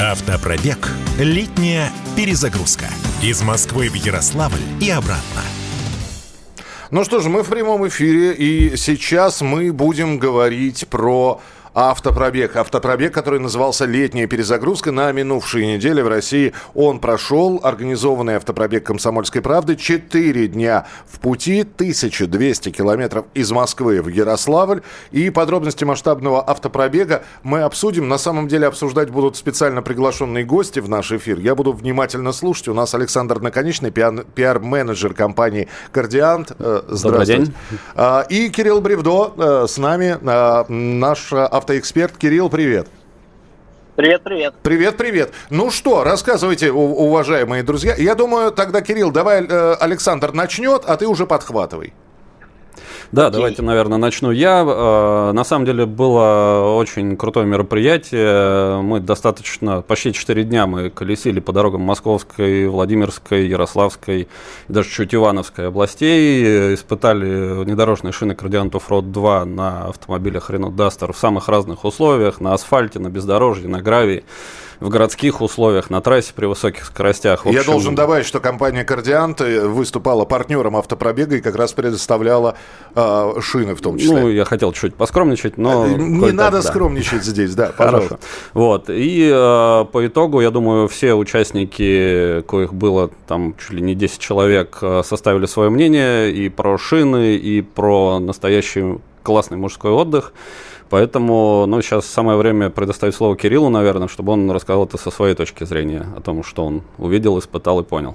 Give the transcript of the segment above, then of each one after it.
Автопробег. Летняя перезагрузка. Из Москвы в Ярославль и обратно. Ну что же, мы в прямом эфире, и сейчас мы будем говорить про автопробег. Автопробег, который назывался «Летняя перезагрузка». На минувшей неделе в России он прошел. Организованный автопробег «Комсомольской правды». 4 дня в пути, 1200 километров из Москвы в Ярославль. И подробности масштабного автопробега мы обсудим. На самом деле обсуждать будут специально приглашенные гости в наш эфир. Я буду внимательно слушать. У нас Александр Наконечный, пиар-менеджер компании «Кардиант». Здравствуйте. Добрый день. И Кирилл Бревдо с нами, наш автоэксперт. Кирилл, привет. Привет. Привет. Ну что, рассказывайте, уважаемые друзья. Я думаю, тогда, Кирилл, давай Александр начнет, а ты уже подхватывай. Да, давайте, наверное, начну я. На самом деле было очень крутое мероприятие. Мы почти 4 дня мы колесили по дорогам Московской, Владимирской, Ярославской и даже чуть Ивановской областей. Испытали внедорожные шины Кардиант Offroad 2 на автомобилях Renault Duster в самых разных условиях. На асфальте, на бездорожье, на гравии, в городских условиях, на трассе при высоких скоростях. Я должен добавить, что компания «Кардиант» выступала партнером автопробега и как раз предоставляла шины в том числе. Ну, я хотел чуть поскромничать, но... Не надо скромничать здесь, да, пожалуйста. Хорошо. Вот, и по итогу, я думаю, все участники, коих было там чуть ли не 10 человек, составили свое мнение и про шины, и про настоящий классный мужской отдых. Поэтому, сейчас самое время предоставить слово Кириллу, наверное, чтобы он рассказал это со своей точки зрения, о том, что он увидел, испытал и понял.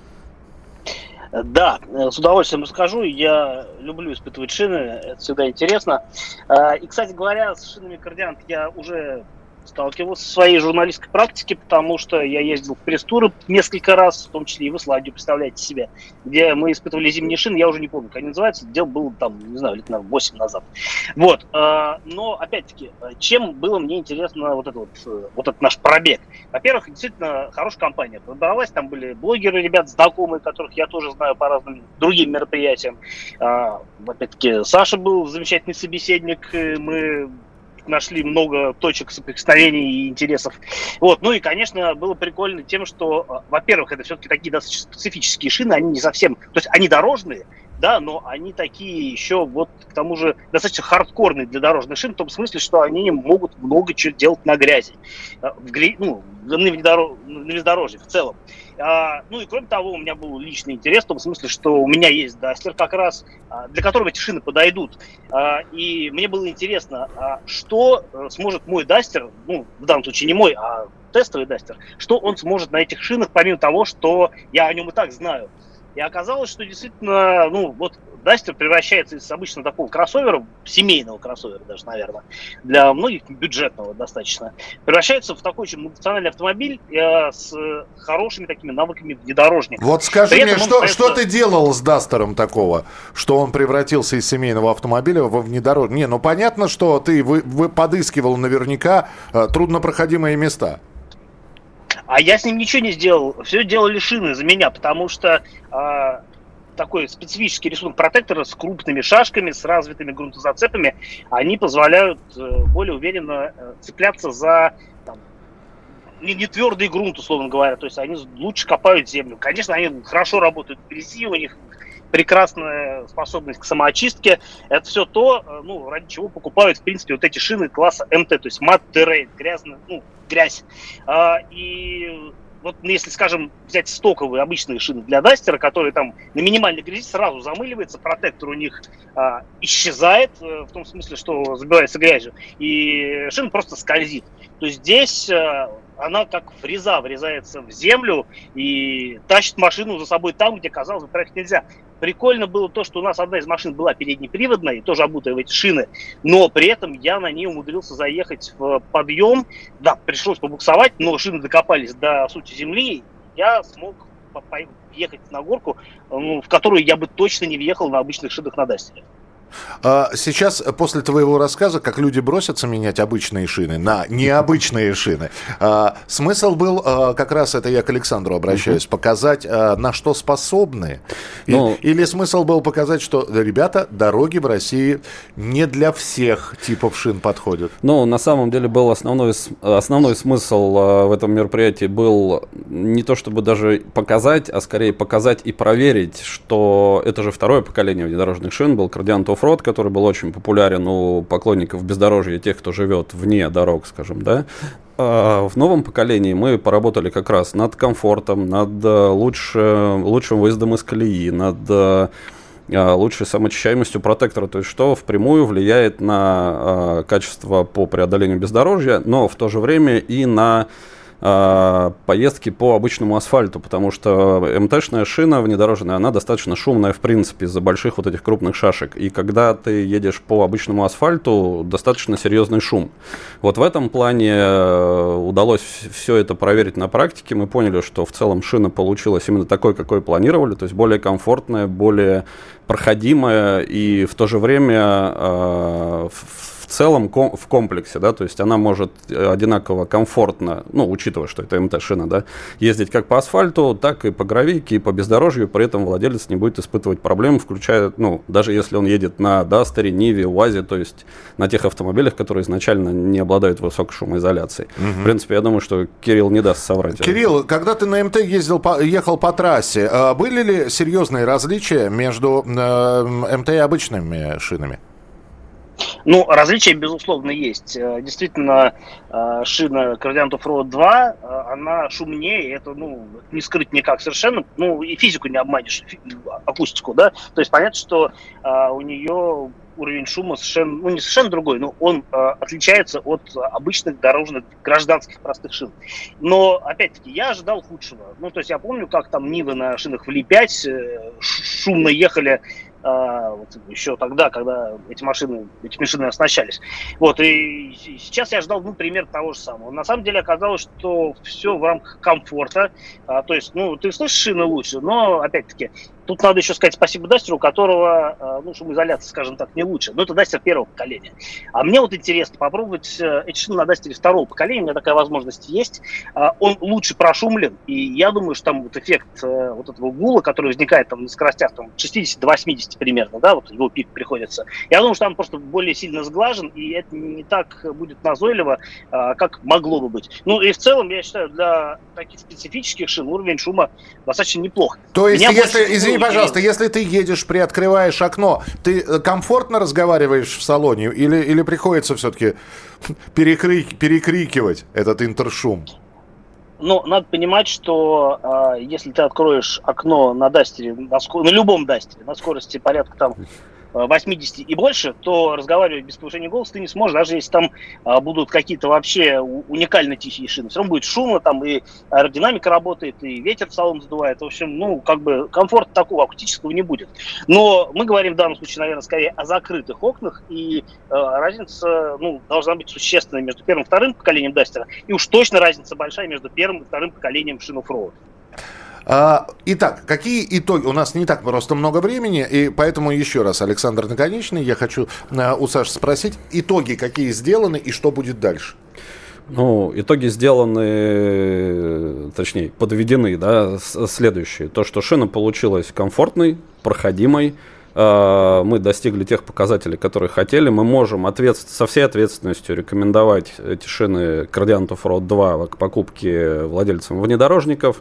Да, с удовольствием расскажу. Я люблю испытывать шины, это всегда интересно. И, кстати говоря, с шинами Кардиант я уже сталкивался в своей журналистской практике, потому что я ездил в пресс-туры несколько раз, в том числе и в Исландию, представляете себе, где мы испытывали зимние шины, я уже не помню, как они называются, дело было там, не знаю, лет, наверное, 8 назад. Вот, но, опять-таки, чем было мне интересно вот этот наш пробег? Во-первых, действительно, хорошая компания подобралась, там были блогеры, ребят знакомые, которых я тоже знаю по разным другим мероприятиям. Опять-таки, Саша был замечательный собеседник, мы нашли много точек соприкосновений и интересов. Вот. Ну и, конечно, было прикольно тем, что, во-первых, это все-таки такие достаточно специфические шины, они не совсем, то есть они дорожные, да, но они такие еще, вот, к тому же, достаточно хардкорные для дорожных шин, в том смысле, что они могут много чего делать на грязи, на бездорожье в целом. Ну и кроме того, у меня был личный интерес в том смысле, что у меня есть Дастер как раз, для которого эти шины подойдут. И мне было интересно, что сможет мой Дастер, в данном случае не мой, а тестовый Дастер, что он сможет на этих шинах, помимо того, что я о нем и так знаю. И оказалось, что действительно, Дастер превращается из обычно такого кроссовера, семейного кроссовера даже, наверное, для многих бюджетного достаточно, превращается в такой очень многофункциональный автомобиль с хорошими такими навыками внедорожника. Вот скажи мне, что ты делал с Дастером такого, что он превратился из семейного автомобиля во внедорожник? Понятно, что вы подыскивал наверняка труднопроходимые места. А я с ним ничего не сделал, все делали шины за меня, потому что такой специфический рисунок протектора с крупными шашками, с развитыми грунтозацепами, они позволяют более уверенно цепляться за не твердый грунт, условно говоря, то есть они лучше копают землю. Конечно, они хорошо работают в грязи, у них прекрасная способность к самоочистке. Это все то, ради чего покупают, в принципе, вот эти шины класса МТ, то есть Mud Terrain, грязь. И вот если, скажем, взять стоковые обычные шины для Дастера, которые там на минимальной грязи сразу замыливается, протектор у них исчезает, в том смысле, что забивается грязью, и шина просто скользит. То есть здесь она как фреза врезается в землю и тащит машину за собой там, где, казалось бы, проехать нельзя. Прикольно было то, что у нас одна из машин была переднеприводная, и тоже обутая в эти шины, но при этом я на ней умудрился заехать в подъем. Да, пришлось побуксовать, но шины докопались до сути земли, я смог ехать на горку, в которую я бы точно не въехал на обычных шинах на Дастере. Сейчас, после твоего рассказа, как люди бросятся менять обычные шины на необычные шины, смысл был, как раз это я к Александру обращаюсь, показать, на что способны. Или смысл был показать, что, ребята, дороги в России не для всех типов шин подходят? Ну, на самом деле был основной смысл в этом мероприятии был не то чтобы даже показать, а скорее показать и проверить, что это же второе поколение внедорожных шин, был Cordiant Offroad, который был очень популярен у поклонников бездорожья, тех, кто живет вне дорог, скажем, да. А в новом поколении мы поработали как раз над комфортом, над лучшим выездом из колеи, над лучшей самоочищаемостью протектора, то есть что впрямую влияет на качество по преодолению бездорожья, но в то же время и на поездки по обычному асфальту, потому что МТ-шная шина внедорожная, она достаточно шумная в принципе из-за больших вот этих крупных шашек. И когда ты едешь по обычному асфальту, достаточно серьезный шум. Вот в этом плане удалось все это проверить на практике. Мы поняли, что в целом шина получилась именно такой, какой планировали, то есть более комфортная, более проходимая и в то же время в целом в комплексе, да, то есть она может одинаково комфортно, ну, учитывая, что это МТ-шина, да, ездить как по асфальту, так и по гравийке, и по бездорожью, при этом владелец не будет испытывать проблем, включая, ну, даже если он едет на Дастере, Ниве, УАЗе, то есть на тех автомобилях, которые изначально не обладают высокой шумоизоляцией. Угу. В принципе, я думаю, что Кирилл не даст соврать. Кирилл, когда ты на МТ ехал по трассе, были ли серьезные различия между МТ и обычными шинами? Ну, различия, безусловно, есть. Действительно, шина Cordiant Offroad 2, она шумнее, это, ну, не скрыть никак совершенно, ну, и физику не обманешь, акустику, да, то есть понятно, что у нее уровень шума совершенно, ну, не совершенно другой, но он отличается от обычных дорожных гражданских простых шин. Но, опять-таки, я ожидал худшего. Ну, то есть я помню, как там Нивы на шинах в Ли-5 шумно ехали, вот еще тогда, когда этими шинами оснащались. Вот, и сейчас я ждал, ну, пример того же самого. На самом деле оказалось, что все в рамках комфорта. То есть, ну, ты слышишь, шины лучше, но, опять-таки, тут надо еще сказать спасибо Дастеру, у которого, ну, шумоизоляция, скажем так, не лучше. Но это Дастер первого поколения. А мне вот интересно попробовать эти шины на Дастере второго поколения. У меня такая возможность есть. Он лучше прошумлен. И я думаю, что там вот эффект вот этого гула, который возникает там на скоростях там, 60 до 80 примерно, да, вот его пик приходится. Я думаю, что там просто более сильно сглажен, и это не так будет назойливо, как могло бы быть. Ну, и в целом, я считаю, для таких специфических шин уровень шума достаточно неплох. То есть, извини, пожалуйста, если ты едешь, приоткрываешь окно, ты комфортно разговариваешь в салоне или приходится все-таки перекрикивать этот интершум? Ну, надо понимать, что если ты откроешь окно на Дастере, на любом Дастере, на скорости порядка там 80 и больше, то разговаривать без повышения голоса ты не сможешь, даже если там будут какие-то вообще уникально тихие шины. Все равно будет шумно, там и аэродинамика работает, и ветер в салон задувает. В общем, ну, как бы комфорта такого акустического не будет. Но мы говорим в данном случае, наверное, скорее о закрытых окнах, и разница, ну, должна быть существенной между первым и вторым поколением Дастера, и уж точно разница большая между первым и вторым поколением шин Offroad. Итак, какие итоги? У нас не так просто много времени, и поэтому еще раз, Александр Наконечный, я хочу у Саши спросить, итоги какие сделаны и что будет дальше? Ну, итоги сделаны, точнее, подведены, да, следующие. То, что шина получилась комфортной, проходимой, мы достигли тех показателей, которые хотели. Мы можем со всей ответственностью рекомендовать эти шины Cordiant Offroad 2 к покупке владельцам внедорожников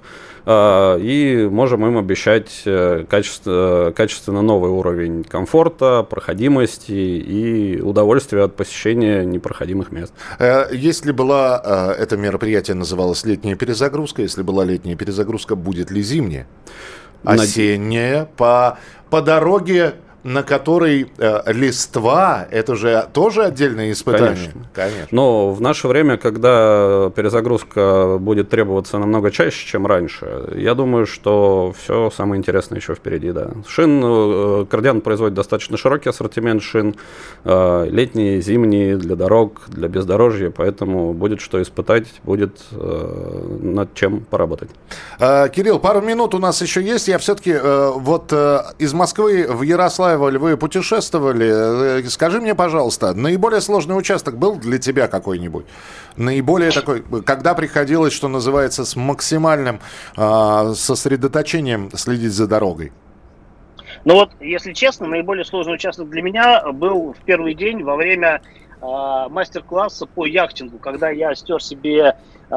и можем им обещать качественно новый уровень комфорта, проходимости и удовольствия от посещения непроходимых мест. Если была это мероприятие называлось «Летняя перезагрузка», если была летняя перезагрузка, будет ли зимняя? Осенняя по дороге, на которой листва, это же тоже отдельное испытание. Конечно. Но в наше время, когда перезагрузка будет требоваться намного чаще, чем раньше, я думаю, что все самое интересное еще впереди. Да. Шин Cordiant производит достаточно широкий ассортимент шин, летние, зимние, для дорог, для бездорожья, поэтому будет что испытать, будет над чем поработать. Кирилл, пару минут у нас еще есть. Я все-таки из Москвы в Ярославль осваивали, вы путешествовали. Скажи мне, пожалуйста, наиболее сложный участок был для тебя какой-нибудь? Наиболее такой, когда приходилось, что называется, с максимальным сосредоточением следить за дорогой? Ну вот, если честно, наиболее сложный участок для меня был в первый день во время мастер-класса по яхтингу, когда я натер себе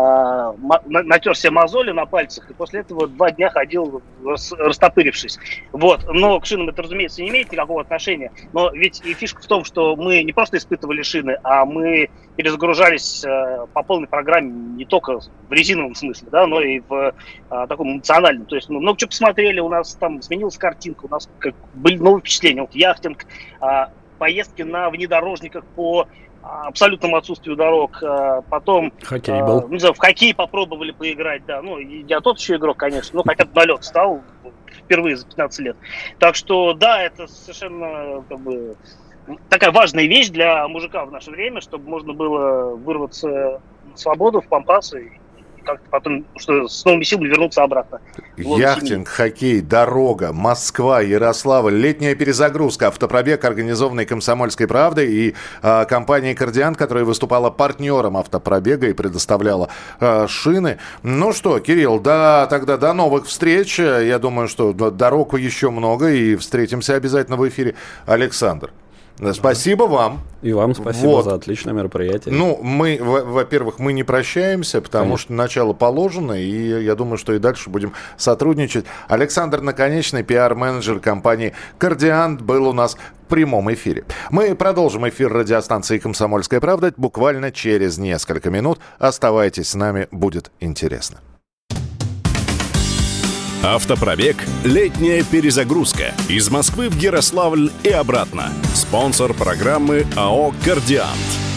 мозоли на пальцах, и после этого 2 дня ходил, растопырившись. Вот. Но к шинам это, разумеется, не имеет никакого отношения. Но ведь и фишка в том, что мы не просто испытывали шины, а мы перезагружались по полной программе не только в резиновом смысле, да, но и в таком эмоциональном. То есть мы много чего посмотрели, у нас там сменилась картинка, у нас были новые впечатления. Вот яхтинг, поездки на внедорожниках по абсолютному отсутствию дорог, потом хоккей был. Не знаю, в хоккей попробовали поиграть, да, ну, я тот еще игрок, конечно, но хотя бы на лед стал впервые за 15 лет. Так что, да, это совершенно такая важная вещь для мужика в наше время, чтобы можно было вырваться на свободу, в пампас и как-то потом с новыми силами вернуться обратно. Яхтинг, хоккей, дорога, Москва, Ярославль, летняя перезагрузка, автопробег, организованный «Комсомольской правдой» и компанией «Кардиант», которая выступала партнером автопробега и предоставляла шины. Ну что, Кирилл, тогда до новых встреч. Я думаю, что дорог еще много, и встретимся обязательно в эфире. Александр, спасибо вам. И вам спасибо за отличное мероприятие. Ну, мы, во-первых, мы не прощаемся, потому что начало положено, и я думаю, что и дальше будем сотрудничать. Александр Наконечный, пиар-менеджер компании «Кардиант», был у нас в прямом эфире. Мы продолжим эфир радиостанции «Комсомольская правда» буквально через несколько минут. Оставайтесь с нами, будет интересно. Автопробег «Летняя перезагрузка». Из Москвы в Ярославль и обратно. Спонсор программы АО «Кардиант».